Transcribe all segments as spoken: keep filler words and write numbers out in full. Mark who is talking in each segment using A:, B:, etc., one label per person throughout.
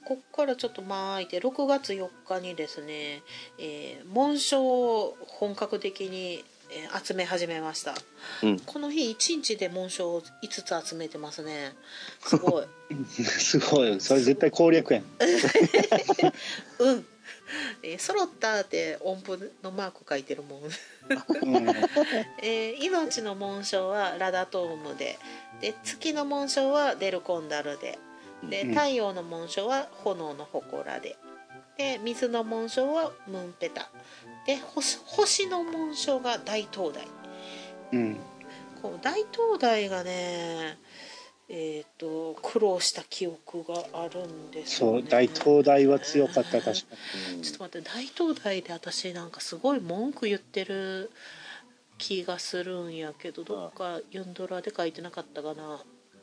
A: こっからちょっと巻いてろくがつよっかにですね、えー、紋章を本格的に集め始めました、うん、この日いちにちで紋章をいつつ集めてますね。すごい
B: すごい、それ絶対攻略やん
A: うん、えー、揃ったって音符のマーク書いてるもん、うんえー、命の紋章はラダトームで、で月の紋章はデルコンダルで、で太陽の紋章は炎の祠で、で水の紋章はムンペタで、 星, 星の紋章が大灯台、うん、こう大灯台がね、えー、と苦労した記憶があるんですよね。
B: そう、大灯台は強かった確か
A: に、ちょっと待って、大灯台で私なんかすごい文句言ってる気がするんやけど、どっかユンドラで書いてなかったかな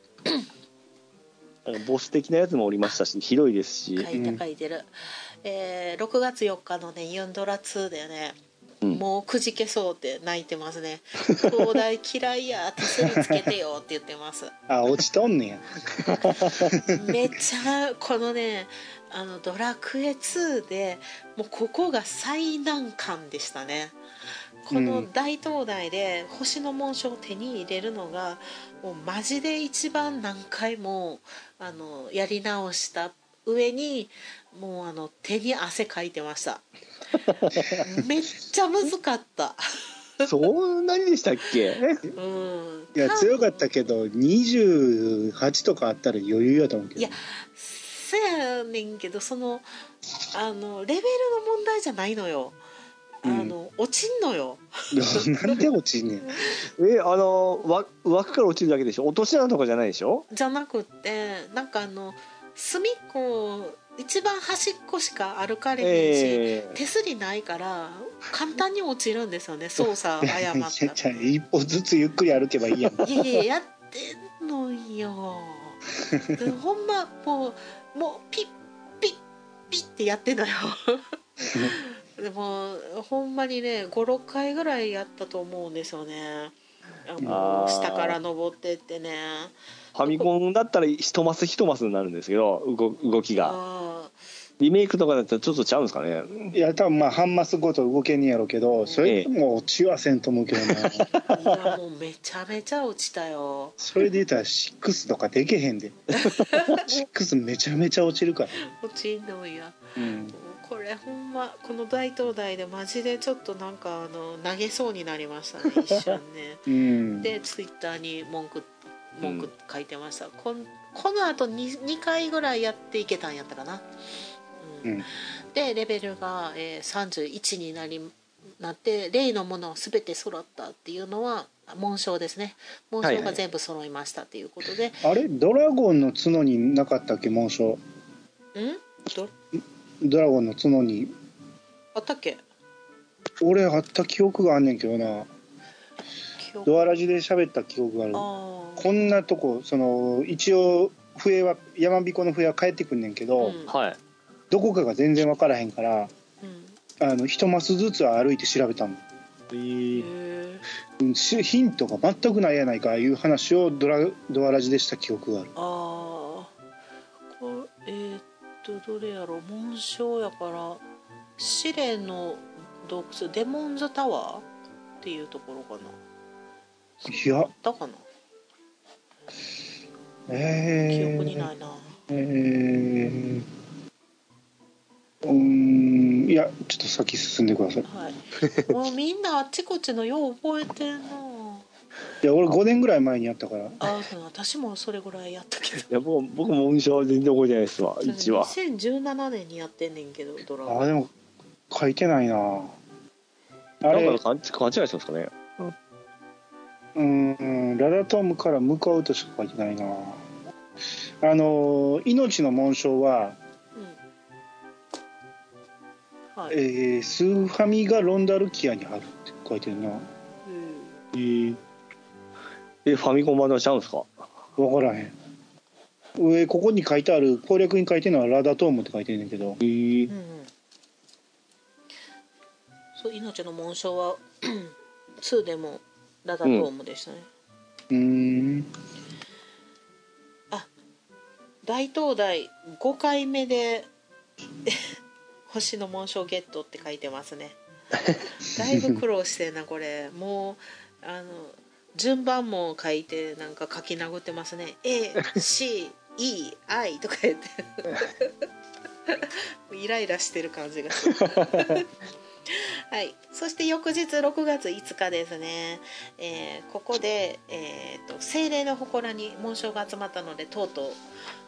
C: ボス的なやつもおりましたし、広いですし、
A: 書いて書いてる、うん、えー、ろくがつよっかのねユンドラツーでね、うん、もうくじけそうって泣いてますね。灯台嫌いや、手すりつけてよって言ってます。
B: あ、落ちとんねや
A: めっちゃこのね、あのドラクエツーでもうここが最難関でしたね。この大灯台で星の紋章を手に入れるのがもうマジで一番何回もあのやり直した上に、もうあの手に汗かいてましためっちゃ難かった
C: そんなにでしたっけ？う
B: ん、いや強かったけどにじゅうはちとかあったら余裕やと思うけど。
A: いやそやねんけど、そのあのレベルの問題じゃないのよ。あの、うん、落ちんのよ
B: なんで落ちんねん
C: え、あの枠から落ちるだけでしょ？落とし穴とかじゃないでしょ？
A: じゃなくってなんかあの隅っこ一番端っこしか歩かれへんし、えー、手すりないから簡単に落ちるんですよね。操作誤ったら
B: 一歩ずつゆっくり歩けばいいやん。
A: いやいややってんのよほんまもうもうピッピッピッってやってんのよでもほんまにねごろっかいぐらいやったと思うんですよね。もう下から登ってってね。
C: ファミコンだったら一マス一マスになるんですけど 動, 動きがリメイクとかだったらちょっとちゃうんですかね。
B: いや多分まあ半マスごと動けんやろうけど、それでも落ちはせんと思うけどな、
A: ええ、いやもうめちゃめちゃ落ちたよ。
B: それで言ったらシックスとかでけへんでシックスめちゃめちゃ落ちるから
A: 落ちんのや、うん、これほんまこの大灯台でマジでちょっとなんかあの投げそうになりましたね一瞬ね、うん、でツイッターに文句文句書いてました、うん、こ, このあと 2, にかいぐらいやっていけたんやったかな、うんうん、でレベルが、えー、さんじゅういちになりなって例のものは全て揃ったっていうのは紋章ですね。紋章が全部揃いましたっていうことで、はい
B: はい、あれドラゴンの角になかったっけ紋章？んドドラゴンの角に
A: あったっけ？
B: 俺あった記憶があんねんけどな。ドアラジで喋った記憶がある。あこんなとこその一応笛は山彦の笛は帰ってくんねんけど、うん、どこかが全然分からへんから、うん、あの一マスずつ歩いて調べたの。へー、ヒントが全くないやないかいう話をドラドアラジでした記憶がある。あ
A: これえー、っとどれやろ、紋章やから試練の洞窟デモンズタワーっていうところかな。
B: いや
A: だかな、
B: えー、
A: 記憶にないな。
B: えー、うーんいやちょっと先進んでください、はい、
A: もうみんなあっちこっちのよう覚えてんな。
B: いや俺ごねんぐらい前にやったから。
A: あ私もそれぐらいやったけど。い
C: や僕僕も印象は全然覚えてないですわ。いちわ
A: にせんじゅうななねんにやってんねんけどドラゴン。
B: あでも書いてないな
C: あれ。なんか勘違いしてますかね。
B: うん、うんラダトムから向かうとしか書いてないな。あの命の紋章は、うんはい、えー、スーファミがロンダルキアにあるって書いてるな。うん
C: えー、えファミコン版でちゃうんですか？
B: 分からへん。上ここに書いてある攻略に書いてるのはラダトームって書いてるんだけど、えーうん、
A: そう命の紋章はツーでもラダトームでしたね。
B: うん、うーん
A: 大東大ごかいめで星の紋章ゲットって書いてますね。だいぶ苦労してんなこれ。もうあの順番も書いてなんか書き殴ってますね。 エーシーイーアイ とか言ってイライラしてる感じがするはい、そして翌日ろくがついつかですね、えー、ここで、えーと、精霊の祠に紋章が集まったのでとうとうあの、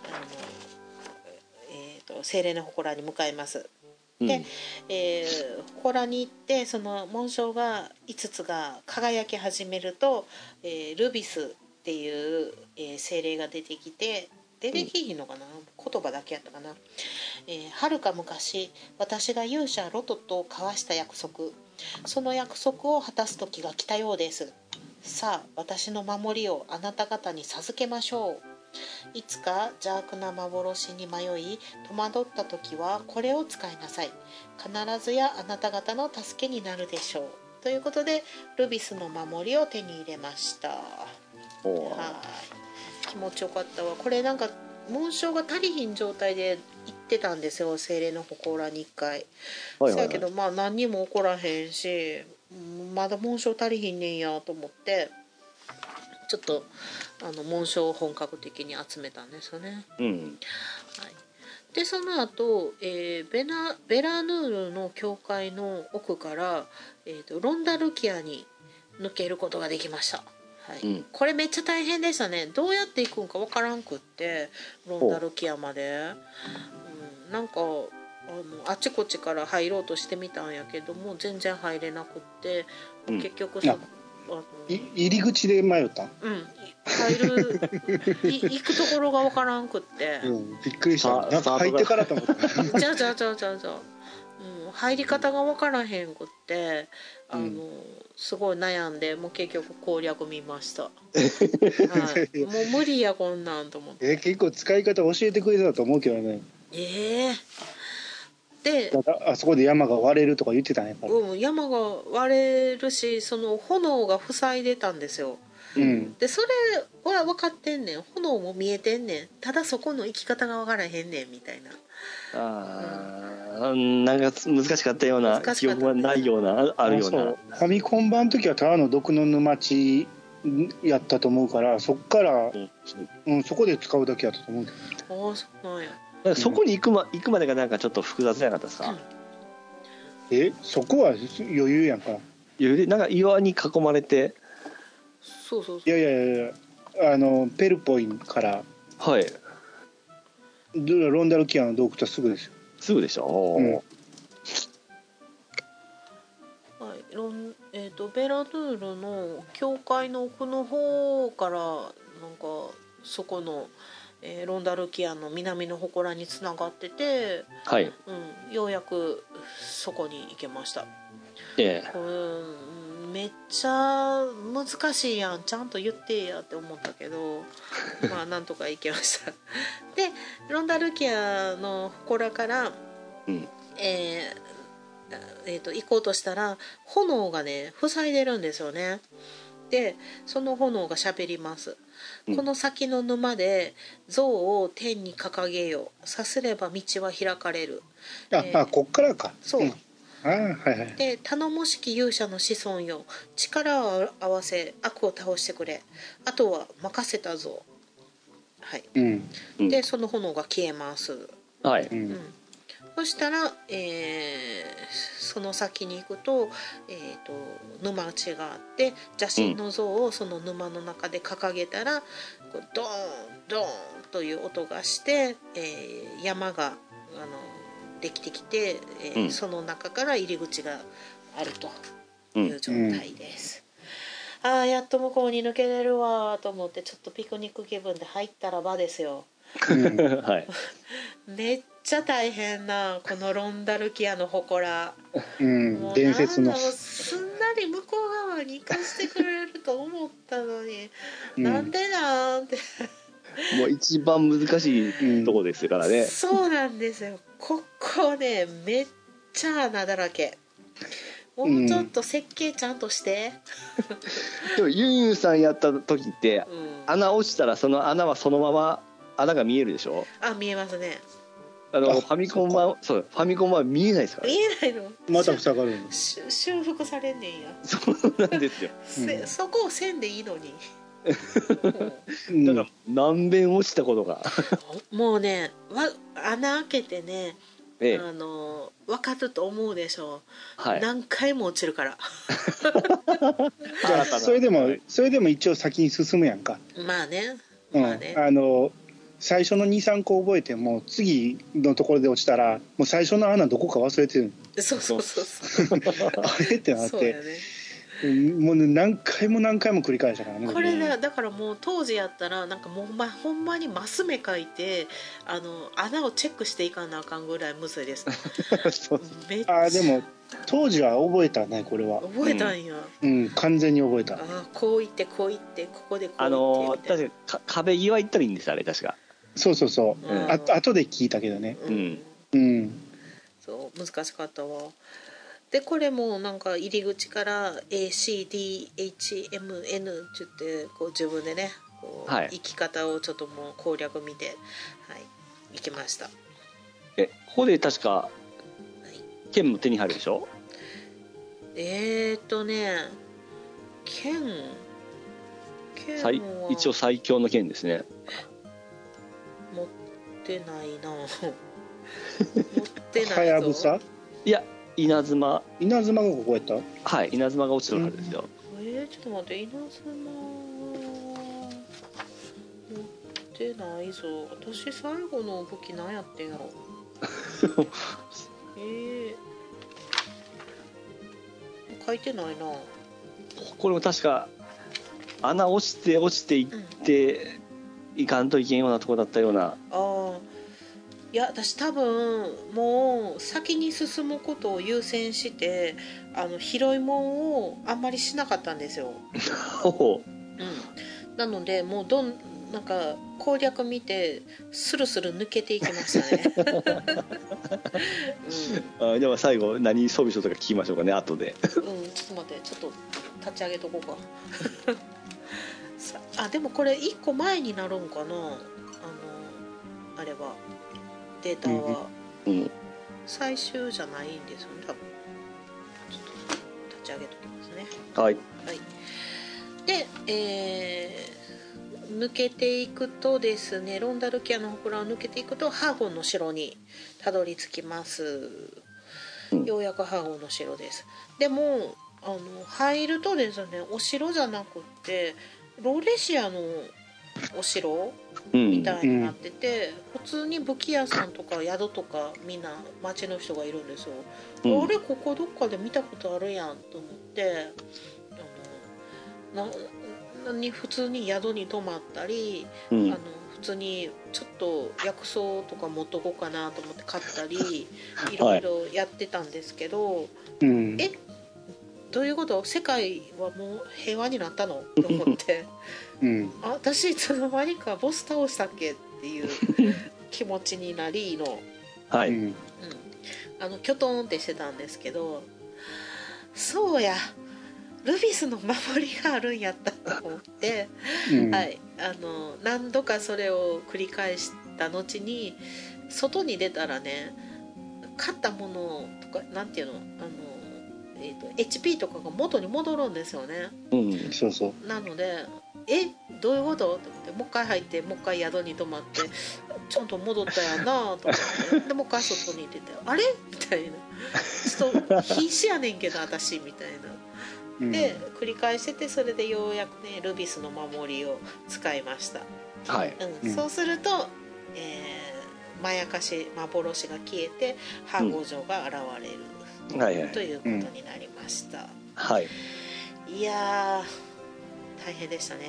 A: えーと、精霊の祠に向かいます。で、うん、えー、祠に行ってその紋章がいつつが輝き始めると、えー、ルビスっていう、えー、精霊が出てきて出てきひんのかな、言葉だけやったかな。えー、はるか昔私が勇者ロトと交わした約束、その約束を果たす時が来たようです。さあ私の守りをあなた方に授けましょう。いつか邪悪な幻に迷い戸惑った時はこれを使いなさい。必ずやあなた方の助けになるでしょう。ということでルビスの守りを手に入れました。はい、気持ちよかったわ。これなんか紋章が足りひん状態で行ってたんですよ、精霊の祠にいっかい。はいはいはい、そやけどまあ何にも起こらへんしまだ紋章足りひんねんやと思ってちょっとあの紋章を本格的に集めたんですよね。うん、はい、でその後、えー、ベナベラヌールの教会の奥から、えーと、ロンダルキアに抜けることができました。はい、うん、これめっちゃ大変でしたね。どうやって行くんかわからんくってロンダルキアまで、うん、なんかあのあっちこっちから入ろうとしてみたんやけども全然入れなくって、うん、結局そあの
B: 入り口で迷った。
A: うん、入る行くところがわからんくって、
B: うん、びっくりした。なんか入ってからと思った
A: じゃあじゃあじゃあじゃあじゃあ、うん、入り方がわからへんくってあの、うん、すごい悩んでもう結局攻略見ました、はい、もう無理やこんなんと思って。
B: えー、結構使い方教えてくれたと思うけどね。
A: ええーで
B: あそこで山が割れるとか言ってたんやから、
A: うん、山が割れるしその炎が塞いでたんですよ、うん、でそれは分かってんねん。炎も見えてんねん。ただそこの生き方が分からへんねんみたいな。
C: あ、うん、なんか難しかったような記憶がないようなあるような。
B: ファミコン版の時はただの毒の沼地やったと思うからそっから、うんうん、そこで使うだけやったと思うけど。
A: ああそうなんや。
C: そこに行く ま, 行くまでがなんかちょっと複雑じゃなかったですか、
B: うん、えそこは余裕やんか。
C: 余裕でなんか岩に囲まれて。
A: そうそうそう。
B: いやいやいやあのペルポインから
C: はい
B: ロンダルキアの洞窟はすぐですよ。
C: すぐでしょ、うん、はい 、
A: ロンえーと、ベラドゥールの教会の奥の方からなんかそこのえー、ロンダルキアの南の祠につながってて、
C: はい、
A: うん、ようやくそこに行けました。
C: ええ、
A: これめっちゃ難しいやんちゃんと言ってやって思ったけどまあなんとか行けましたでロンダルキアの祠から、うんえーえー、と行こうとしたら炎がね塞いでるんですよね。でその炎が喋ります。この先の沼で像を天に掲げよう。さすれば道は開かれる。
B: あ、えー、あこっからか。
A: そう。うん、
B: あはいはい。
A: で頼もしき勇者の子孫よ。力を合わせ悪を倒してくれ。あとは任せたぞ。はい。うん、でその炎が消えます。
C: はい。
A: うん。そしたら、えー、その先に行くと、えーと、沼地があって邪神の像をその沼の中で掲げたら、こうドーンドーンという音がして、えー、山があのできてきて、えーうん、その中から入り口があるという状態です、うんうん、あーやっと向こうに抜けれるわと思ってちょっとピクニック気分で入ったらばですよ、はい、めっちゃ大変なこのロンダルキアの祠、うん、もう伝説のすんなり向こう側に行かせてくれると思ったのに、うん、なんでなんて
C: もう一番難しいとこですからね、うん、
A: そうなんですよ。ここねめっちゃ穴だらけ。もうちょっと設計ちゃんとして、
C: うん、でもユンユンさんやった時って、うん、穴落ちたらその穴はそのまま穴が見えるでしょ。
A: あ、見えますね。
C: あのファミコンはそうファミコンは見えないですから、
A: ね、見えないの。
B: また塞がるの。
A: 修復されんねんや。
C: そうなんですよ。
A: うん、そこをせんでいいのに。
C: だから何遍落ちたことが。
A: もうね、わ穴開けてね、
C: ええ、
A: あの分かると思うでしょう、
C: はい、
A: 何回も落ちるから。
B: それでもそれでも一応先に進むやんか。
A: まあね、
B: まあね、うん、あの最初の にさんこ覚えても次のところで落ちたらもう最初の穴どこか忘れてる。
A: そうそうそうそう
B: あれってなって、ね、もう何回も何回も繰り返したからね。
A: これだだからもう当時やったらなんかもう、ま、ほんまにマス目書いてあの穴をチェックしていかなあかんぐらいむずいです。めっちゃ
B: あでも当時は覚えたね、これは。
A: 覚えたんや。
B: うん、うん、完全に覚えた。
A: あこう言ってこう言ってここでこう言って、
C: あのー、確か壁際行ったらいいんですあれ確か。
B: そうそうそう、うん、あ後で聞いたけどね。
A: うん、うん、そう難しかったわ。でこれもなんか入り口から エーシーディーエイチエムエヌ って言ってこう自分でねこう、はい、生き方をちょっともう攻略見て、はい、行きました。
C: えここで確か剣も手に入るでしょ。
A: えーっとね剣
C: 剣は一応最強の剣ですね。
A: 持ってないな持ってないぞ。
B: はやぶさ
C: いや稲妻
B: 稲妻がここやった。
C: はい稲妻が落ちてるはずですよ。
A: うん、えー、ちょっと待って稲妻持ってないぞ。私最後の武器何やってんやろえー、書いてないな。
C: これも確か穴落ちて落ちていって、うん、いかんといけんようなところだったような。
A: ああいや私多分もう先に進むことを優先してあの拾い物をあんまりしなかったんですよ、うん、なのでもうどんなんか攻略見てスルスル抜けていきましたね、
C: うん、あでは最後何装備書とか聞きましょうかね後で
A: うんちょっと待ってちょっと立ち上げとこうかあでもこれいっこまえになるんかなあのあれはデータは、うん、最終じゃないんですよね多分。ちょっと立ち上げときますね。
C: はい、
A: はい、で、えー、抜けていくとですねロンダルキアの祠を抜けていくとハーゴンの城にたどり着きます、うん、ようやくハーゴンの城です。でもあの入るとですねお城じゃなくってロレシアのお城みたいになってて、うん、普通に武器屋さんとか宿とかみんな町の人がいるんですよ、うん、あれここどっかで見たことあるやんと思ってあのななに普通に宿に泊まったり、うん、あの普通にちょっと薬草とか持っとこうかなと思って買ったりいろいろやってたんですけど、はい、えどういうこと？世界はもう平和になったのと思って、うん、あ私いつの間にかボス倒したっけっていう気持ちになりの、
C: はい、うん、
A: あのキョトンってしてたんですけどそうやルビスの守りがあるんやったと思って、うんはい、あの何度かそれを繰り返した後に外に出たらね買ったものとかなんていうのあのえーと、エイチピー とかが元に戻るんですよね、
B: うん、そうそう
A: なのでえどういうことって思ってもう一回入ってもう一回宿に泊まってちゃんと戻ったやなと思ってでもう一回外に出てあれみたいなちょっと必死やねんけど私みたいなで、うん、繰り返しててそれでようやくねルビスの守りを使いました、
C: はい
A: うん、そうすると、えー、まやかし幻が消えて反語城が現れる、うんはいはい、ということになりました、うん、
C: はい
A: いやー大変でしたね、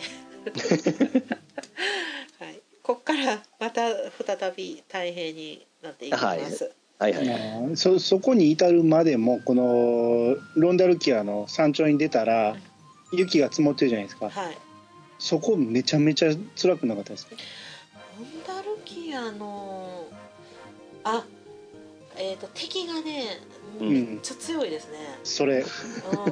A: はい、こっからまた再び大変になっていきます、
C: はいはいはいはい、
B: そ, そこに至るまでもこのロンダルキアの山頂に出たら雪が積もってるじゃないですか、
A: はい、
B: そこめちゃめちゃ辛くなかったですか？
A: ロンダルキアのあえーと敵がねめっちゃ強いですね、
B: うん、それ、うん、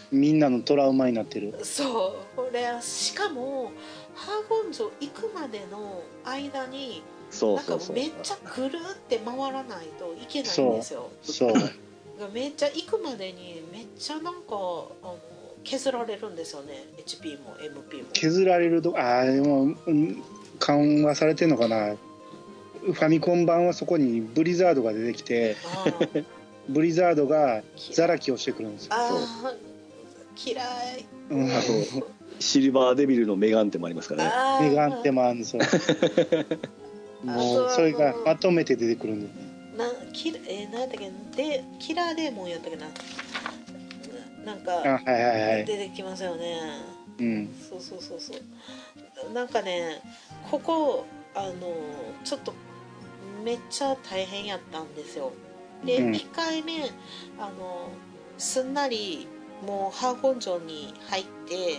B: みんなのトラウマになってる。
A: そうこれしかもハーゴン城行くまでの間に
C: そうそうそう、
A: なんかめっちゃぐるって回らないといけないんですよ。
B: そうそう
A: めっちゃ行くまでにめっちゃなんかあの削られるんですよね。 エイチピー も エムピー も
B: 削られるとああでも、うん、緩和されてんのかな。ファミコン版はそこにブリザードが出てきてブリザードがザラキをしてくるんですよ。
A: ああ嫌い、
B: うん、
C: シルバーデビルのメガンテもありますから
B: ね。メガンテもあるんですよもうそれがまとめて出てくるんで
A: なキラ、えー、なんだっけでキラーデーモンやったっけな、なんか
B: あ、はいはいはい、
A: 出てきますよね。
B: うん、
A: そうそうそうそうなんかねここあのちょっとめっちゃ大変やったんですよ。で、うん、いっかいめあのすんなりもうハーゴン城に入って、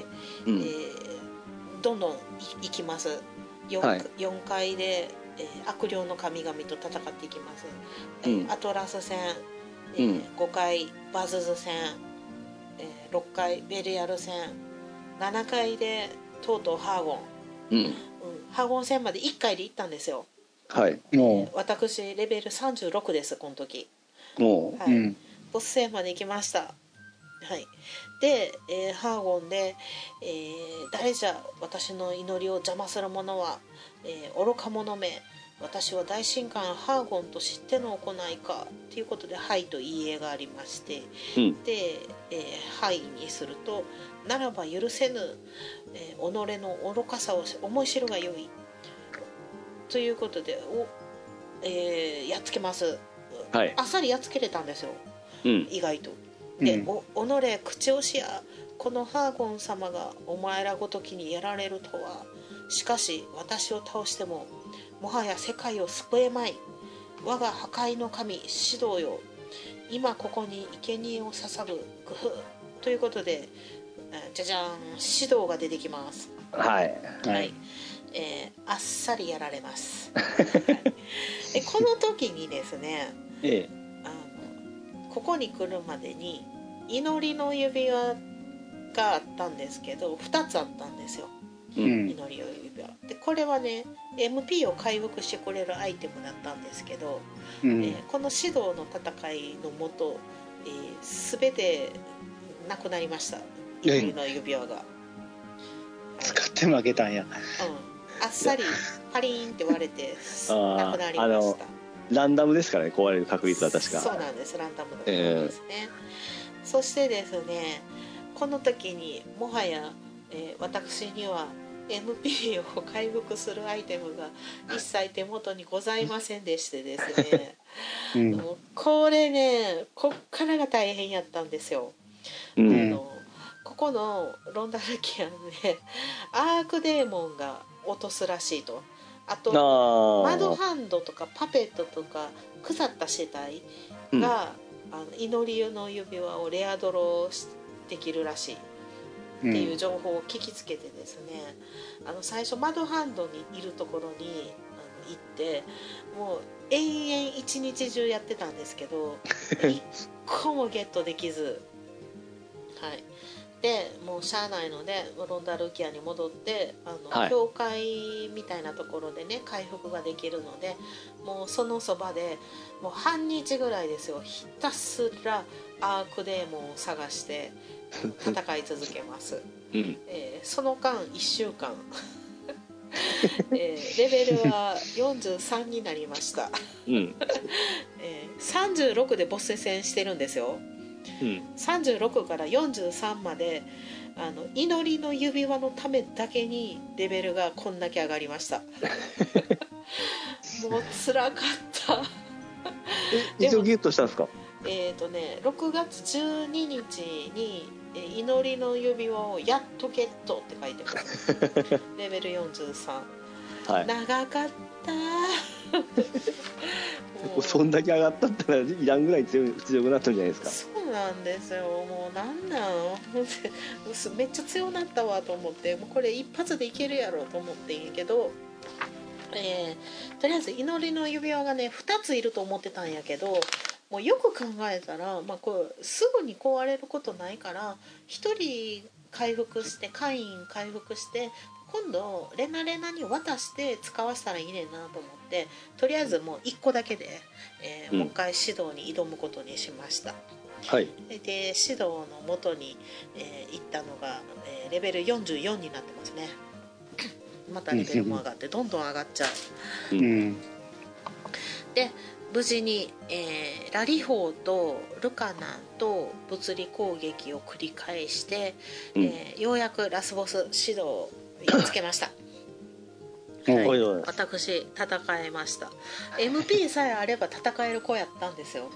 A: うん、えー、どんどん行きます。 4,、はい、よんかいで、えー、悪霊の神々と戦っていきます、うん、アトラス戦、えーうん、ごかいバズズ戦、えー、ろっかいベリアル戦、ななかいでとうとうハーゴン、うんうん、ハーゴン戦までいっかいで行ったんですよ。
C: はい、
A: えー、私レベルさんじゅうろくですこの時。
C: もう、
A: はい、
C: うん、
A: ボス戦まで行きました。はい、で、えー、ハーゴンで、えー、誰じゃ私の祈りを邪魔する者は、えー、愚か者め私は大神官ハーゴンと知っての行いかということではいといいえがありまして、うん、で、えー、はいにするとならば許せぬ、えー、己の愚かさを思い知るがよいということでお、えー、やっつけます、はい、あっさりやっつけれたんですよ、うん、意外とで、うん、お己口押しやこのハーゴン様がお前らごときにやられるとはしかし私を倒してももはや世界を救えまい我が破壊の神指導よ今ここに生贄を捧ぐ工夫ということでじゃじゃん指導が出てきます。
C: はい、
A: はい、えー、あっさりやられます、はい、でこの時にですね、ええ、あのここに来るまでに祈りの指輪があったんですけどふたつあったんですよ、うん、祈りの指輪でこれはね エムピー を回復してくれるアイテムだったんですけど、うん、えー、この指導の戦いのもと、えー、全てなくなりました祈りの指輪が、はい、
B: 使って負けたんや、うん、
A: あっさりパリーンって割れてなくなりました。
C: ランダムですからね壊れる確率は確か
A: そうなんですランダムの確率ですね、えー、そしてですねこの時にもはや、えー、私には エムピー を回復するアイテムが一切手元にございませんでしてですね、うん、これねこっからが大変やったんですよ、うん、あのここのロンダルキアンでアークデーモンが落とすらしいとあとマドハンドとかパペットとか腐った死体が、うん、あの祈りの指輪をレアドロできるらしいっていう情報を聞きつけてですね、うん、あの最初マドハンドにいるところにあの行ってもう延々一日中やってたんですけど一個もゲットできず、はい、でもうしゃあないのでロンダルキアに戻ってあの、はい、教会みたいなところでね回復ができるのでもうそのそばでもう半日ぐらいですよひたすらアークデーモンを探して戦い続けます、うんえー、その間いっしゅうかん、えー、レベルはよんじゅうさんになりました、うんえー、さんじゅうろくでボス戦してるんですよ、うん、さんじゅうろくからよんじゅうさんまであの祈りの指輪のためだけにレベルがこんだけ上がりましたもう辛かった
C: え一応ゲットしたんですか。
A: えーとね、ろくがつじゅうににちに祈りの指輪をやっとゲットって書いてますレベルよんじゅうさん、はい、長かった
C: もうそんだけ上がったったらいらんぐらい強くなったんじゃないですか。
A: そうなんですよもうなんなんめっちゃ強なったわと思ってもうこれ一発でいけるやろと思ってんやけどえー、とりあえず祈りの指輪がねふたついると思ってたんやけどもうよく考えたら、まあ、こうすぐに壊れることないからひとり回復してカイン回復して今度レナレナに渡して使わせたらいいねんなと思ってとりあえずもういっこだけで、えーうん、もう一回指導に挑むことにしました。
C: はい、
A: で指導の元に、えー、行ったのが、えー、レベルよんじゅうよんになってますね。またレベルも上がってどんどん上がっちゃう、うん、で無事に、えー、ラリホーとルカナンと物理攻撃を繰り返して、うんえー、ようやくラスボスシドをやっつけました。はい、私戦えました。 エムピー さえあれば戦える子やったんですよ。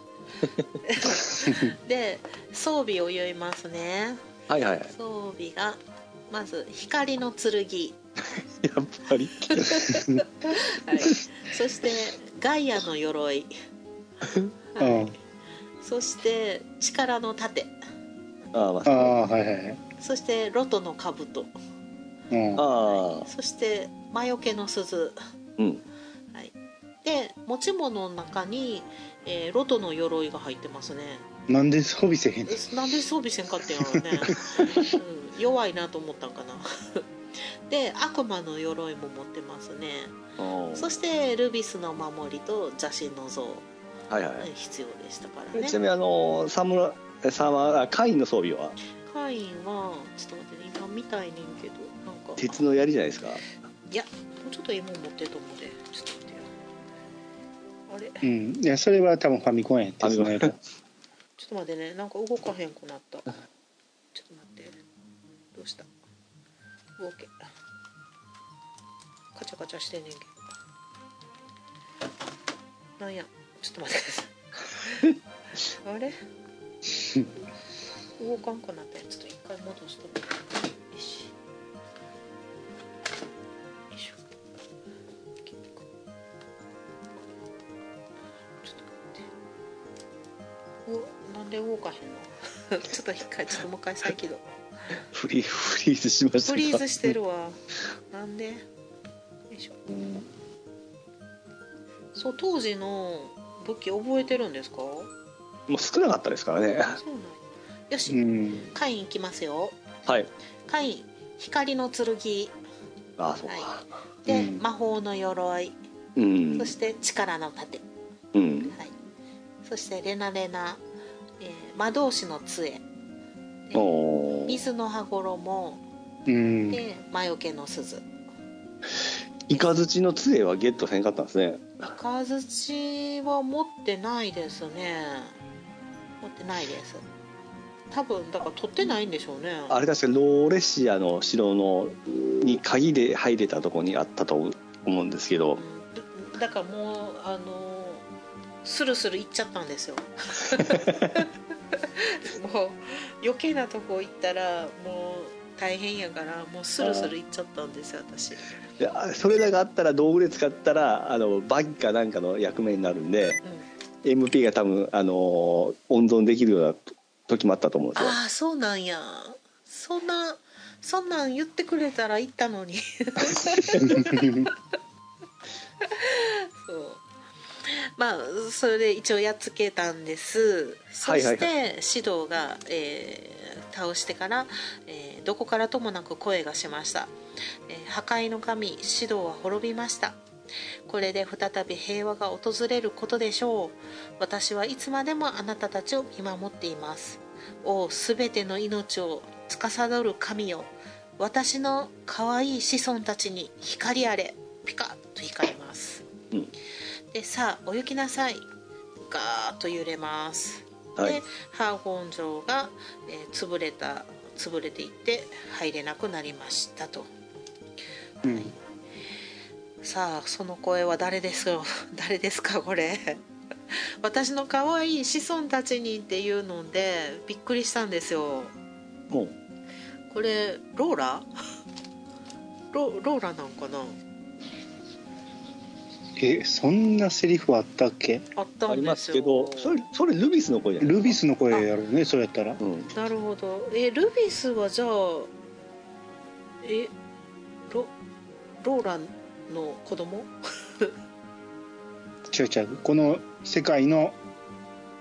A: で装備を言いますね。
C: はいはい、はい、
A: 装備がまず光の剣
C: やっぱり、
A: はい、そしてガイアの鎧、はい、そして力の盾、
C: あ、ま
B: ああ、はいはい、
A: そしてロトの兜、
B: うん、
A: はい、そして魔除けの鈴、
C: うん
A: はい、で持ち物の中に、えー、ロトの鎧が入ってますね。
B: なんで装備せへんの？
A: なんで装備せんかってんやろうね、うん、弱いなと思ったんかな。で悪魔の鎧も持ってますね。そしてルビスの守りと邪神の像、
C: はいはい、
A: 必要でしたからね。
C: ちなみにあのサムラサマカインの装備は
A: カインはちょっと待ってね、今見たいねんけどなんか
C: 鉄の槍じゃないですか。
A: いやもうちょっといいもん持ってると思うで、ちょっと待ってよ。あれ、
B: うん、いやそれは多分ファミコンやってね。ちょっ
A: と待ってね、なんか動かへんくなった。ちょっと待って、どうした？動け。カチャカチャしてんねんけど。なんや、ちょっと待ってください。あれ？動かんくなったやつと一回戻しとく。よし。よいしょ。ちょっと待って。お、なんで動かへんの？ちょっと一回ちょっともう一回再起動。
C: フリーフリーズしましたか。
A: フリーズしてるわ。なんで？よいしょ。そう当時の武器覚えてるんですか？も
C: う少なかったですからね。
A: そうなんよし、うん、カインいきますよ。
C: はい。
A: カイン光の剣。
C: ああそうか。
A: はい、で、うん、魔法の鎧、うん、そして力の盾、うんはい、そしてレナレナ、えー、魔導士の杖、水の羽衣、うん、で魔除けの鈴。
C: イカズチの杖はゲットせんかったんですね。
A: イカズチは持ってないですね。持ってないです。多分だから取ってないんでしょうね。
C: あれ確かローレシアの城のに鍵で入れたところにあったと思うんですけど、
A: うん、だからもうあのスルスル行っちゃったんですよ。もう余計なとこ行ったらもう大変やからもうスルスル行っちゃったんですよ私。い
C: やそれらがあったら道具で使ったらあのバッグかなんかの役目になるんで、うん、エムピー が多分あの温存できるような時もあったと思うんですよ。
A: ああそうなんや。そんなそんなん言ってくれたら行ったのに。そうまあそれで一応やっつけたんです。そして指導が、えー、倒してから、えー、どこからともなく声がしました、えー、破壊の神指導は滅びました。これで再び平和が訪れることでしょう。私はいつまでもあなたたちを見守っています。おすべての命を司る神よ、私の可愛い子孫たちに光あれ。ピカッと光ります、うん、でさあ泳ぎなさい。ガーッと揺れます、はい、でハーゴン城が、えー、潰れた潰れていって入れなくなりましたと、うん、はい、さあその声は誰ですよ誰ですかこれ。私の可愛い子孫たちにっていうのでびっくりしたんですよ。
C: もう
A: これローラロ, ローラなんかな。
B: えそんなセリフあったっけ？
A: あったんですよ。
C: ありますけどそれそれルビスの声じゃないですか。
B: ルビスの声やろうねそれやったら、
A: うん、なるほど。えルビスはじゃあえ ロ, ローラの子供？
B: 違う違うこの世界の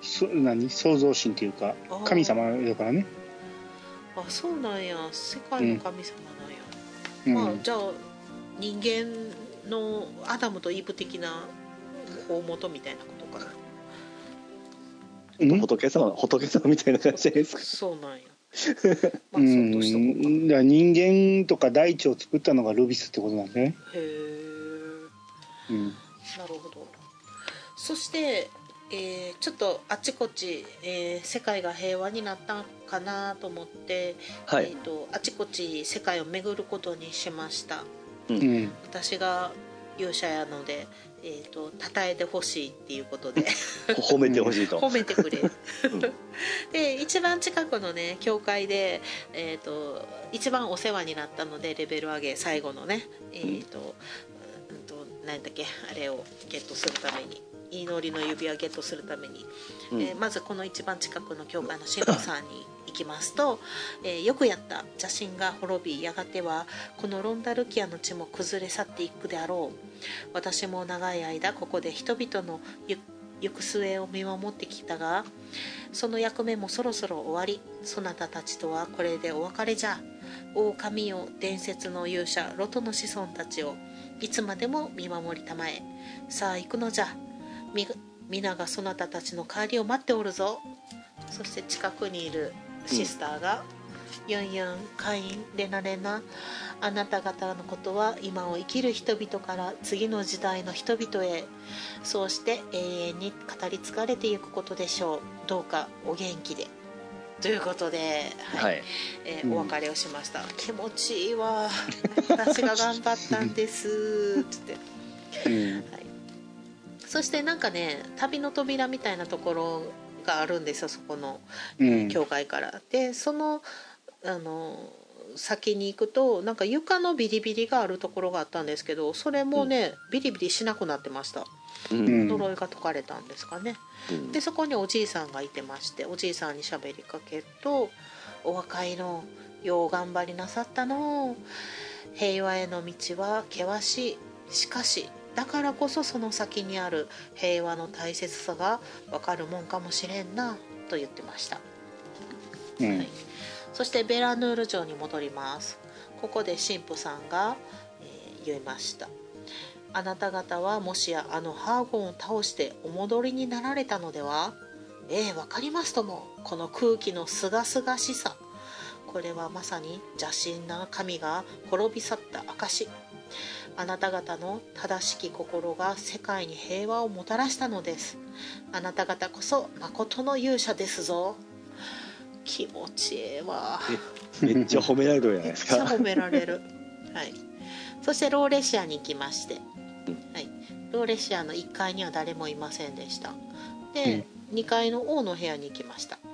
B: そ何創造神っていうか神様だからね。
A: あ、そうなんや、世界の神様なんや、うん、まあじゃあ人間のアダムとイブ的な大元みたいなことかな。
C: うん、仏様仏様みたいな感じじゃないですか。
A: そうなんや。
B: まあ、そうとしとこうか。うん、だから人間とか大地を作ったのがルビスってことなんですね。
A: へえ、うん、なるほど。そして、えー、ちょっとあちこち、えー、世界が平和になったかなと思って、はい、えーと、あちこち世界を巡ることにしました、うん、私が勇者やので、えーと、称えてほしいっていうことで
C: 褒めてほしいと
A: 褒めてくれ、うん、で一番近くのね教会で、えーと、一番お世話になったのでレベル上げ最後のね、えーとうん、と何だっけあれをゲットするために祈りの指輪ゲットするために、うん、えー、まずこの一番近くの教会の神父さんに行きますと、えー、よくやった邪神が滅びやがてはこのロンダルキアの地も崩れ去っていくであろう。私も長い間ここで人々の行く末を見守ってきたがその役目もそろそろ終わり、そなたたちとはこれでお別れじゃ。王神よ、伝説の勇者ロトの子孫たちをいつまでも見守りたまえ。さあ行くのじゃ。み皆がそなたたちの帰りを待っておるぞ。そして近くにいるシスターが、うん、ユンユン、カイン、レナレナ、あなた方のことは今を生きる人々から次の時代の人々へ、そうして永遠に語り継がれていくことでしょう。どうかお元気で。ということで、はい、はい、えーうん、お別れをしました。気持ちいいわ。私が頑張ったんですつって、うん、はい。そしてなんかね旅の扉みたいなところがあるんですよ、そこの、うん、教会から。でそのあの先に行くとなんか床のビリビリがあるところがあったんですけど、それもね、うん、ビリビリしなくなってました、うん、呪いが解かれたんですかね、うん、でそこにおじいさんがいてまして、おじいさんに喋りかけると、お若いのよう頑張りなさったの、平和への道は険しい、しかしだからこそその先にある平和の大切さが分かるもんかもしれんなと言ってました、うん、はい。そしてベラヌール城に戻ります。ここで神父さんが、えー、言いました。あなた方はもしやあのハーゴンを倒してお戻りになられたのでは。ええ、わかりますとも。この空気のすがすがしさ、これはまさに邪神な神が滅び去った証。あなた方の正しき心が世界に平和をもたらしたのです。あなた方こそ誠の勇者ですぞ。気持ちええわ。
C: めっちゃ褒められるじゃないですか。
A: めっちゃ褒められる。はい。そしてローレシアに行きまして、はい、ローレシアのいっかいには誰もいませんでした。で、うん、にかいの王の部屋に行きました。はい、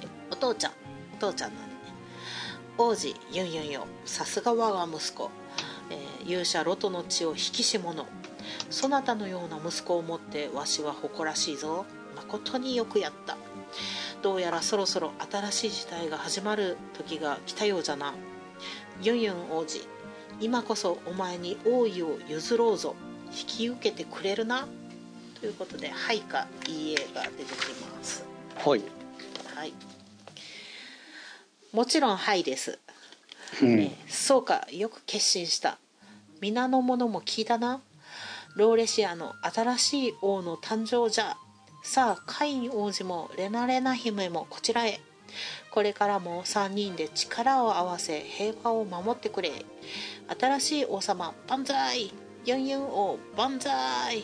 A: お父ちゃん、お父ちゃんなんでね。王子ユンユンよ、さすが我が息子。えー、勇者ロトの血を引きし者。そなたのような息子を持ってわしは誇らしいぞ。誠によくやった。どうやらそろそろ新しい時代が始まる時が来たようじゃな。ユンユン王子、今こそお前に王位を譲ろうぞ。引き受けてくれるな。ということで、はいかいいえが出てきます。
C: はい。
A: はい。もちろんはいです。うん、えー、そうか、よく決心した。皆の者も聞いたな。ローレシアの新しい王の誕生じゃ。さあカイン王子もレナレナ姫もこちらへ。これからもさんにんで力を合わせ平和を守ってくれ。新しい王様万歳。ユンユン王万歳。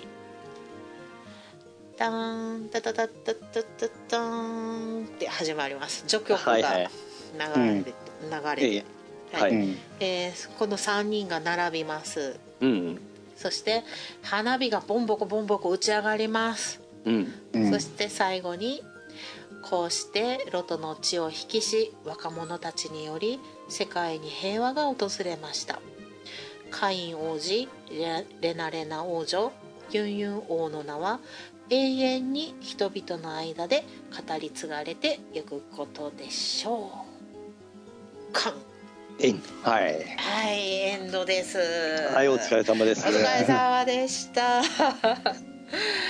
A: ダーンタタタタタタターンって始まります。序曲が流れて、はいはい、流れて、はい、えー、このさんにんが並びます、うん、そして花火がボンボコボンボコ打ち上がります、うんうん、そして最後にこうしてロトの血を引きし若者たちにより世界に平和が訪れました。カイン王子、レ, レナレナ王女、ユンユン王の名は永遠に人々の間で語り継がれていくことでしょう。カン
C: エンはい、
A: はい、エンドです。
C: はい、お疲れ様です。
A: お疲れ様でした。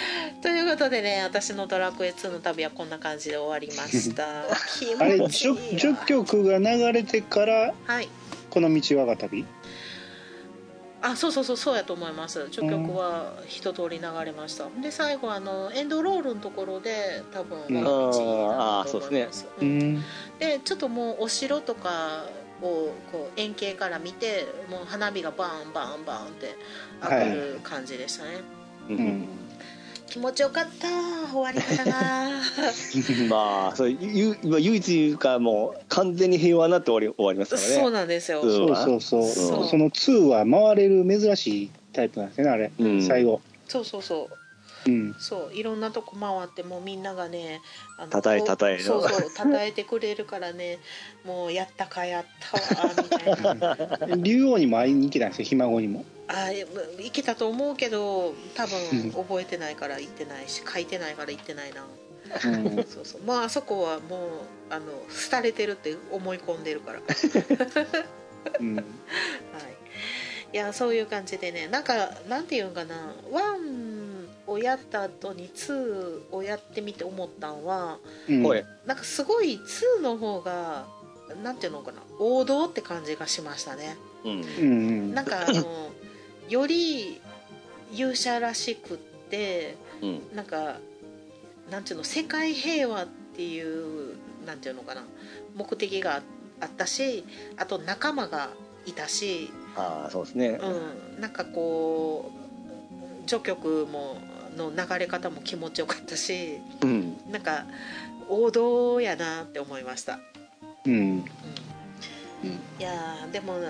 A: ということでね、私のドラクエツーの旅はこんな感じで終わりました気持ちいいわ。
B: あれ 10, じゅっきょくが流れてから、はい、この道我が旅、
A: あ、そうそうそう、そうやと思います。序曲は一通り流れました、うん、で最後あのエンドロールのところで多分我が道だと思います、うん、うん、でちょっともうお城とかをこう円形から見て、もう花火がバーンバーンバーンって上がる感じでしたね、はい、うん、気持ちよかった終わり方が
C: まあそれゆ唯一言うか、もう完全に平和になって終わり終わりますからね。
A: そうなんですよ。
B: そうそうそう、そう、そのツーは回れる珍しいタイプなんですよね、あれ、うん、最後。
A: そうそうそう、うん、そういろんなとこ回ってもうみんながね、
C: あのたたえたたえ
A: そうそうたたえてくれるからねもうやったかやったわみたいな
B: 竜王にも会いに行けたんですよ、ひ孫にも。
A: あ、行けたと思うけど多分覚えてないから行ってないし、書いてないから行ってないな、うん、そうそう、まああそこはもうあの廃れてるって思い込んでるから、うん、はい、いやそういう感じでね、なんかなんていうんかな、ワンをやった後にツーをやってみて思ったんは、うん、なんかすごいツーの方がなんていうのかな、王道って感じがしましたね、うん、なんかあのより勇者らしくって、うん、なんかなんていうの、世界平和っていうなんていうのかな、目的があったし、あと仲間がいたし、
C: あ、そうですね、
A: うん、なんかこう序曲もの流れ方も気持ちよかったし、うん、なんか王道やなって思いました、うん、うん、いやでもあの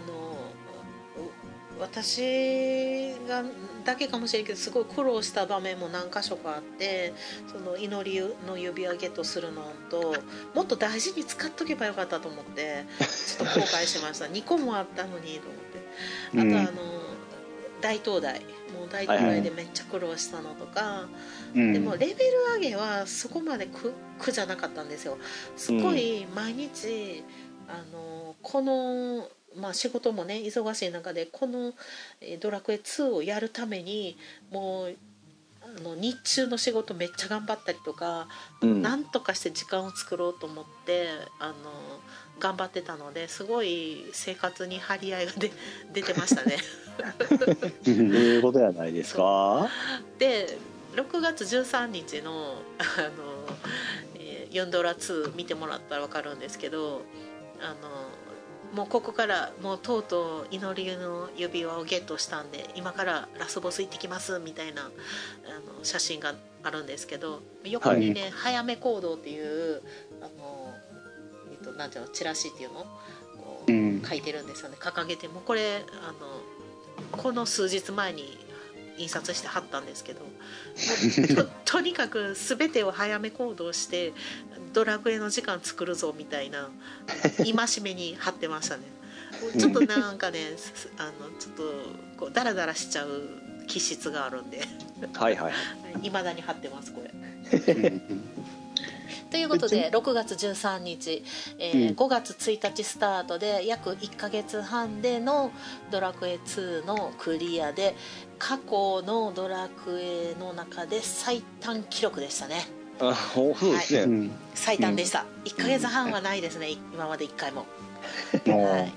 A: 私がだけかもしれんけど、すごい苦労した場面も何箇所かあって、その祈りの指輪ゲットするのともっと大事に使っとけばよかったと思ってちょっと後悔しましたにこもあったのにと思って。あとあの、うん、大灯台もう大灯台でめっちゃ苦労したのとか、うん、でもレベル上げはそこまで 苦, 苦じゃなかったんですよ。すごい毎日、うん、あのこのまあ、仕事もね忙しい中でこの「ドラクエツー」をやるためにもうあの日中の仕事めっちゃ頑張ったりとか、うん、なんとかして時間を作ろうと思ってあの頑張ってたので、すごい生活に張り合いがで出てましたね。
C: そういうことじゃないですか。
A: でろくがつじゅうさんにちの「あの、えー、ユンドラツー」見てもらったら分かるんですけど、あのもうここからもうとうとう祈りの指輪をゲットしたんで今からラスボス行ってきますみたいなあの写真があるんですけど、横にね、はい、早め行動っていうあの、えっと、なんていうの、チラシっていうのこう、うん、書いてるんですよね、掲げて。もうこれあのこの数日前に印刷して貼ったんですけど、もう と, とにかく全てを早め行動してドラクエの時間作るぞみたいな戒めに貼ってましたね。ちょっとなんかねあのちょっとこうダラダラしちゃう気質があるんで
C: はいはい
A: 未だに貼ってますこれ。ということでろくがつじゅうさんにち、えー、ごがつついたちスタートで約いっかげつはんでのドラクエツーのクリアで、過去のドラクエの中で最短記録でしたね。
C: あ、そうですね、はい、
A: 最短でした、うん、いっかげつはんはないですね、今までいっかいも、はい、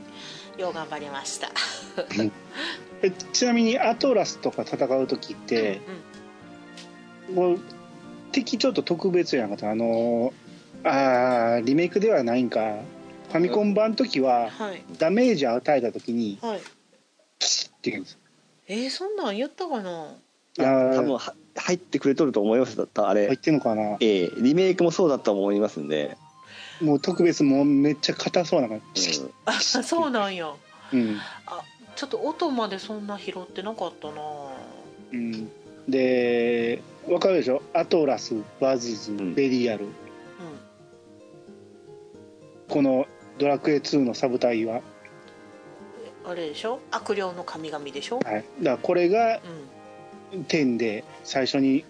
A: よう頑張りました。
B: えちなみにアトラスとか戦う時って、うんうん、もう敵ちょっと特別やんかった。あのあリメイクではないんか、ファミコン版の時は、はい、ダメージ与えた時に、はい、キシッって言うんです。
A: えー、そんなん言ったかな。
C: いや多分は入ってくれとると思いますだったあれ。
B: 入ってんのかな。
C: ええー、リメイクもそうだったと思いますんで。
B: もう特別もうめっちゃ硬そうな感じ、うん、
A: あそうなんや、うん、あちょっと音までそんな拾ってなかったな、
B: うん、で分かるでしょ、アトラス、バズズ、ベリアル、うんうん、このドラクエツーのサブ隊は
A: あれでしょ、悪霊の神々でしょ、
B: はい、だからこれがじゅうで最初に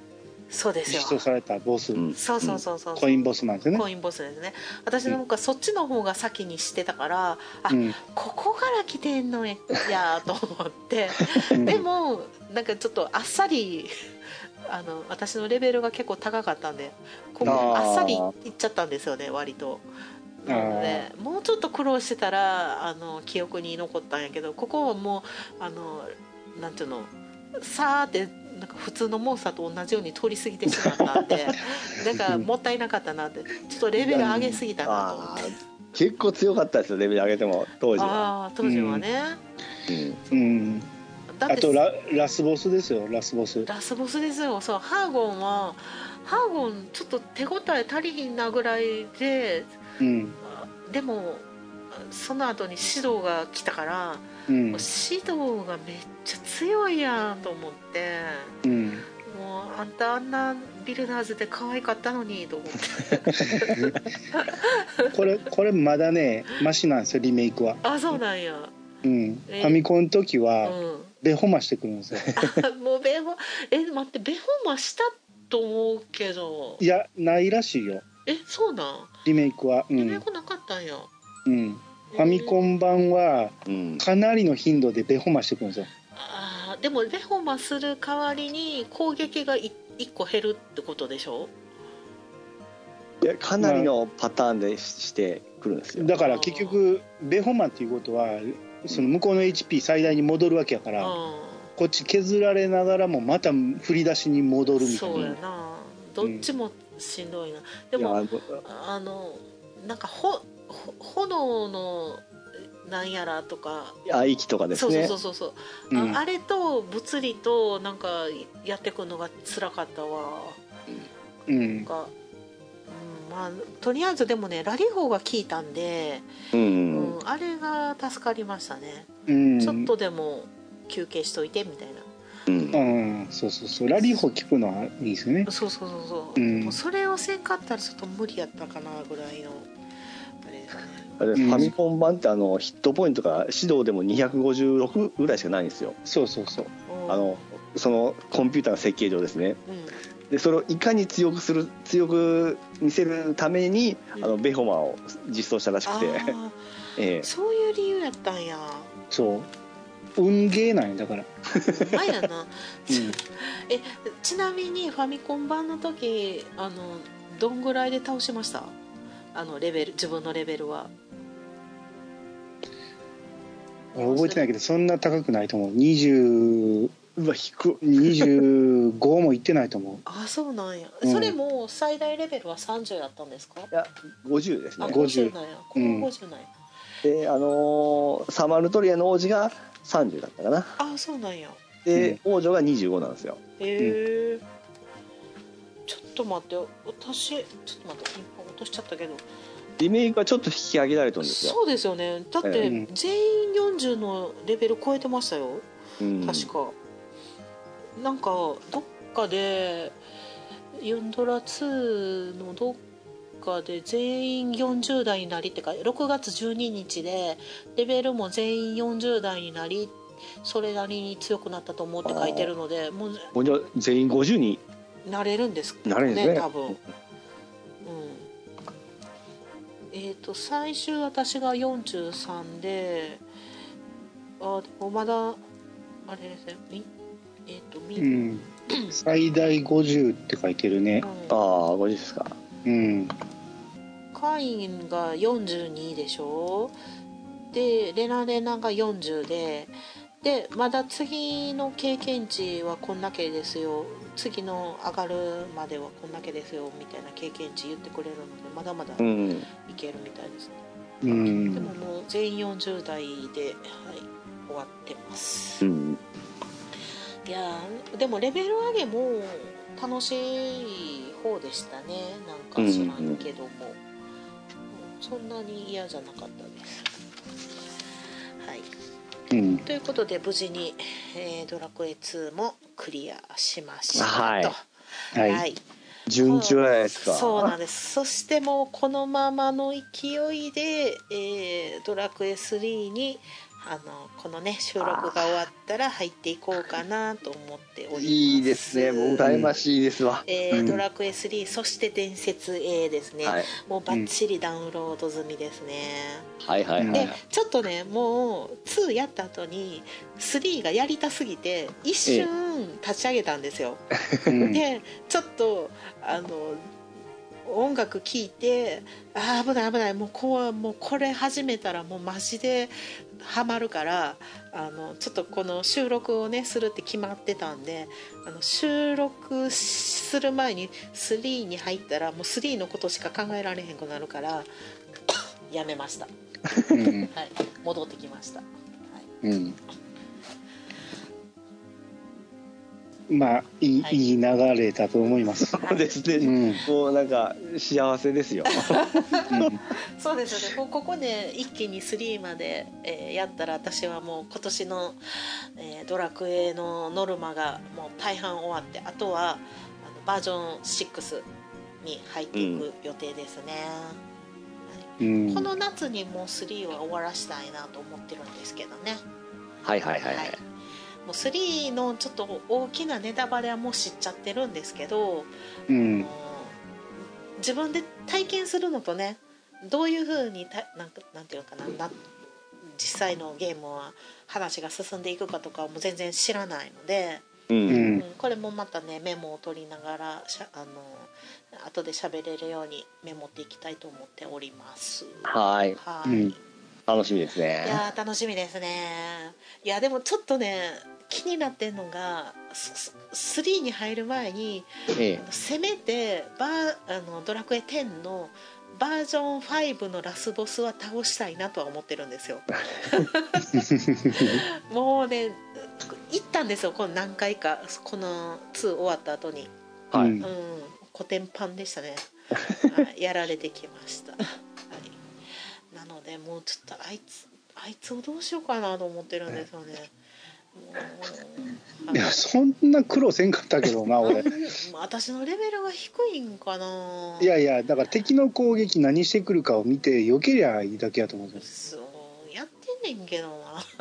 A: そうですよ。
B: 実装されたボス、
A: うん、そうそうそうそう、
B: コインボスなんですね。
A: コインボスですね。私なんかそっちの方が先に知ってたから、あ、
B: うん、
A: ここから来てんのやと思ってでもなんかちょっとあっさりあの私のレベルが結構高かったんで、ここあっさりいっちゃったんですよね、割と。なのでもうちょっと苦労してたらあの記憶に残ったんやけど、ここはもうあのなんていうの、さーってなんか普通のモンスターと同じように通り過ぎてしまったんでなんかもったいなかったなって、ちょっとレベル上げすぎたなと思って。
C: 結構強かったですよ、レベル上げても当時は。
A: あ当時はね、
B: うん、うん、あと ラ, ラスボスですよ、ラスボス
A: ラスボスですよ。そう、ハーゴンはハーゴンちょっと手応え足りひんなぐらいで、
B: うん、で
A: もその後にシドが来たから、うん、シドがめっちゃ強いやんと思って、うん、もうあんたあんなビルダーズで可愛かったのにと思って
B: これこれまだねマシなんですよ、リメイクは。あ、
A: そうなんや。
B: うん、ファミコンの時は、うん、ベホマしてくるんですよ。
A: もうベホえ待ってベホマしたと思うけど、
B: いやないらしいよ。
A: え、そうなん？
B: リメイクは、うん、
A: リメイクなかったんや。
B: うん、ファミコン版はかなりの頻度でベホマしてくるんですよ。
A: あでもベホマする代わりに攻撃がいっこ減るってことでしょ？
C: いやかなりのパターンでしてくるんですよ。
B: だから結局ベホマっていうことはその向こうの エイチピー 最大に戻るわけやから、こっち削られながらもまた振り出しに戻るみたいな。
A: そうやな、どっちもしんどいな、うん、でもあのなんかほ炎のなんやらとか、
C: あ、息とかですね。
A: そうそうそうそう、うん、あ, あれと物理となんかやってくるのが辛かったわ、うん、なんか、うん、まあとりあえずでもねラリホーが効いたんで、うんうん、あれが助かりましたね、うん、ちょっとでも休憩しといてみたいな、
B: うん、そうそうそう、ラリーホ聞くのはいいですね。
A: そうそうそうそう、うん、もうそれをせんかったらちょっと無理やったかなぐらいのあれですね。
C: あれファミコン版ってあのヒットポイントが指導でもにひゃくごじゅうろくぐらいしかないんですよ。
B: そうそうそう、
C: あのそのコンピューターの設計上ですね、うん、でそれをいかに強くする強く見せるために、うん、あのベホマを実装したらしくてええ、
A: そういう理由やったんや。
B: そう運ゲーなんやだから
A: うまいやな、うん、えちなみにファミコン版の時あのどんぐらいで倒しました？あのレベル、自分のレベルは。
B: 覚えてないけどそんな高くないと思う。にじゅう、うわ低っ、にじゅうごもいってないと思う。
A: あ、そうなんや、うん、それも最大レベルはさんじゅうだったんですか？
C: いやごじゅうですね。
A: あ、ごじゅうなんや、これもごじゅうなんや、
C: うん、であのー、サマルトリアの王子がさんじゅうだったかな。
A: あ、そうなんや。
C: で、うん、王女がにじゅうごなんですよ。
A: へえ、うん、ちょっと待って、私ちょっと待って、今落としちゃったけど
C: リメイクはちょっと引き上げられたんですよ。
A: そうですよね、だって全員よんじゅうのレベル超えてましたよ、うん、確か。なんかどっかでユンドラツーのどっかで全員よんじゅう代になりってかろくがつじゅうににちでレベルも全員よんじゅう代になりそれなりに強くなったと思って書いてるので、もう
C: 全員ごじゅうに
A: なれるんです
C: ね、なれるんですね
A: 多分、うん、えっと最終私がよんじゅうさんで、あでもまだあれですね、えっと、
B: うん、最大ごじゅうって書いてるね、
C: うん、ああごじゅうですか。
B: うん、
A: カインがよんじゅうにでしょ、でレナレナがよんじゅうで、でまだ次の経験値はこんだけですよ、次の上がるまではこんだけですよみたいな経験値言ってくれるのでまだまだいけるみたいですね、うん、でももう全員よんじゅう代で、はい、終わってます、うん、いやでもレベル上げも楽しい方でしたね、なんか知らんけども、うんうん、そんなに嫌じゃなかったです、はい、うん、ということで無事に、えー、ドラクエツーもクリアしましたと、
C: はい、
A: はいはい、
C: 順調じゃないですか。
A: そうなんです。そしてもうこのままの勢いで、えー、ドラクエスリーにあのこのね収録が終わったら入っていこうかなと思っております。
C: いいですね、もう羨ましいですわ。
A: えーうん、ドラクエスリー、そして伝説 A ですね、はい、もうバッチリダウンロード済みですね、
C: うん、はいはいはい。
A: でちょっとねもうツーやった後にスリーがやりたすぎて一瞬立ち上げたんですよ、ええ、でちょっとあの音楽聴いて、あー危ない危ない、もうこうもうこれ始めたらもうマジでハマるから、あのちょっとこの収録をねするって決まってたんで、あの収録する前にスリーに入ったらもうスリーのことしか考えられへんくなるからやめました、うん、はい、戻ってきました、はい、うん、
B: まあいい、はい、いい流れだと思います。
C: そうですね、うん、もうなんか幸せですよ、
A: うん、そうですよね。ここで一気にスリーまで、えー、やったら私はもう今年の、えー、ドラクエのノルマがもう大半終わって、あとはあのバージョンシックスに入っていく予定ですね、うんはい、この夏にもうスリーは終わらしたいなと思ってるんですけどね。
C: はいはいはい、はい、
A: もうスリーのちょっと大きなネタバレはもう知っちゃってるんですけど、
B: うん、
A: 自分で体験するのとね、どういう風にたなんかなんていうかな、な実際のゲームは話が進んでいくかとかも全然知らないので、うんうん、これもまたねメモを取りながらしゃあの後で喋れるようにメモっていきたいと思っております。
C: はい
A: はい、うん、
C: 楽しみですね。
A: いや楽しみですね。いやでもちょっとね気になってるのがスリーに入る前に、ええ、せめてバーあのドラクエテンのバージョンファイブのラスボスは倒したいなとは思ってるんですよもうね行ったんですよ、この何回かこのツー終わった後に、はい、うん、コテンパンでしたねやられてきました、はい、なのでもうちょっとあいつあいつをどうしようかなと思ってるんですよね。
B: いやそんな苦労せんかったけどな俺
A: 私のレベルが低いんかな。
B: いやいやだから敵の攻撃何してくるかを見て避けりゃいいだけやと思うんです。
A: そうやってんねんけど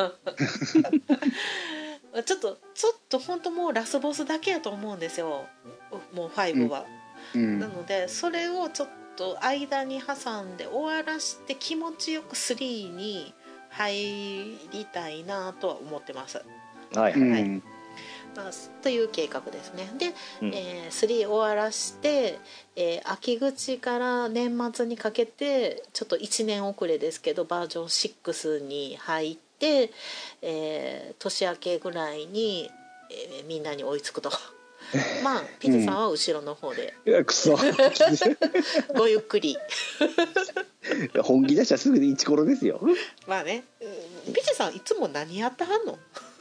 A: なちょっとちょっと本当もうラスボスだけやと思うんですよ、もうファイブは、うん、なのでそれをちょっと間に挟んで終わらして気持ちよくスリーに入りたいなとは思ってます。
C: はいはい、はい、
A: まあ、という計画ですね。で、うん、えー、スリー終わらして、えー、秋口から年末にかけてちょっといちねん遅れですけどバージョンシックスに入って、えー、年明けぐらいに、えー、みんなに追いつくとまあピズさんは後ろの方で、
C: うん、いやくそ
A: ごゆっくり
C: 本気出したらすぐにイチコロですよ。
A: まあね、ピチさんいつも何やってはんの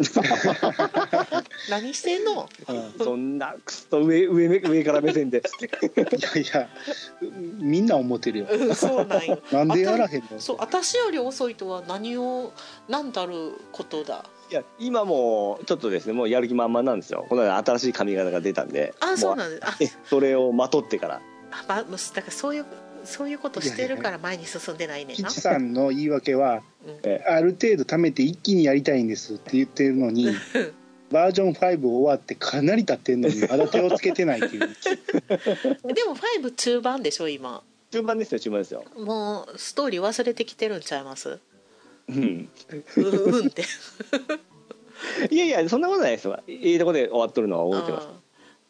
A: 何してんの、
C: うん、そんなくそ上上上から目線で
B: いやいやみんな思ってるよ、
A: うん、そうなんよ
B: なんでやらへんの。
A: そう私より遅いとは何を何たることだ。
C: いや今もちょっとですねもうやる気満々なんですよ。この間新しい髪型が出たんで、
A: あそうなんです。あ
C: それをまとってから
A: あ、ま、だからそういうそういうことしてるから前に進んでないねんな。
B: 吉さんの言い訳は、うん、ある程度貯めて一気にやりたいんですって言ってるのにバージョンファイブ終わってかなり経ってんのにまだ手をつけてないっていうで
A: もファイブ中盤でしょ今。
C: 中盤ですよ中盤ですよ。
A: もうストーリー忘れてきてるんちゃいます。
C: うん
A: ううんって
C: いやいやそんなことないですよ。いいとこで終わっとるのは覚えてます。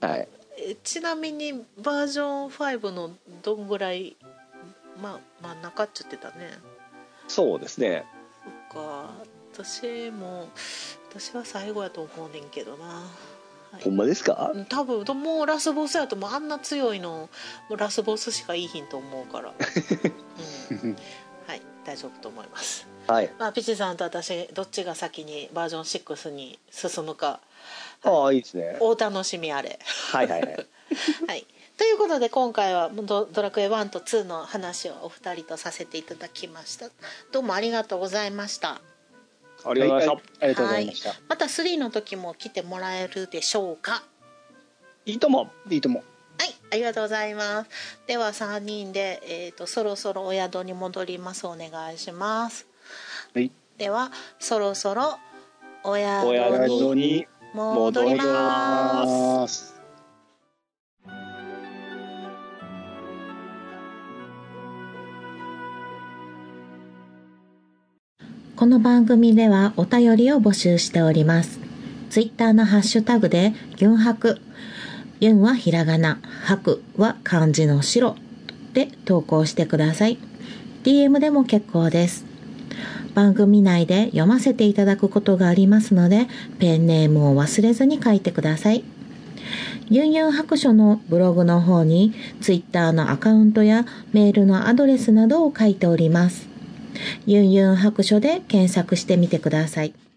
C: はい。
A: ちなみにバージョンファイブのどんぐらいまあ真ん中っちゃってたね。
C: そうですね。
A: そっか私も私は最後やと思うねんけどな、はい、
C: ほんまですか。
A: 多分もうラスボスやともうあんな強いのもうラスボスしかいいひんと思うから、うん、はい大丈夫と思います。
C: はい、
A: まあ、ピチさんと私どっちが先にバージョンシックスに進むか、
C: はい、ああいいですね。
A: お楽しみあれ。
C: はいはいはい、
A: はい、ということで今回は ド, ドラクエワンとツーの話をお二人とさせていただきました。どうもありがとうございました。
C: ありがとうございました、はい、
B: ありがとうございました、はい、
A: またスリーの時も来てもらえるでしょうか。
C: いいとも
B: いいとも。
A: はい、ありがとうございます。ではさんにんで、えーと、そろそろお宿に戻ります。お願いします。
B: はい。
A: ではそろそろお宿
C: に
A: 戻ります。
D: この番組ではお便りを募集しております。ツイッターのハッシュタグでユンハク、ユンはひらがな、ハクは漢字の白で投稿してください。ディーエム でも結構です。番組内で読ませていただくことがありますので、ペンネームを忘れずに書いてください。ユンユン白書のブログの方にツイッターのアカウントやメールのアドレスなどを書いております。ユンユン白書で検索してみてください。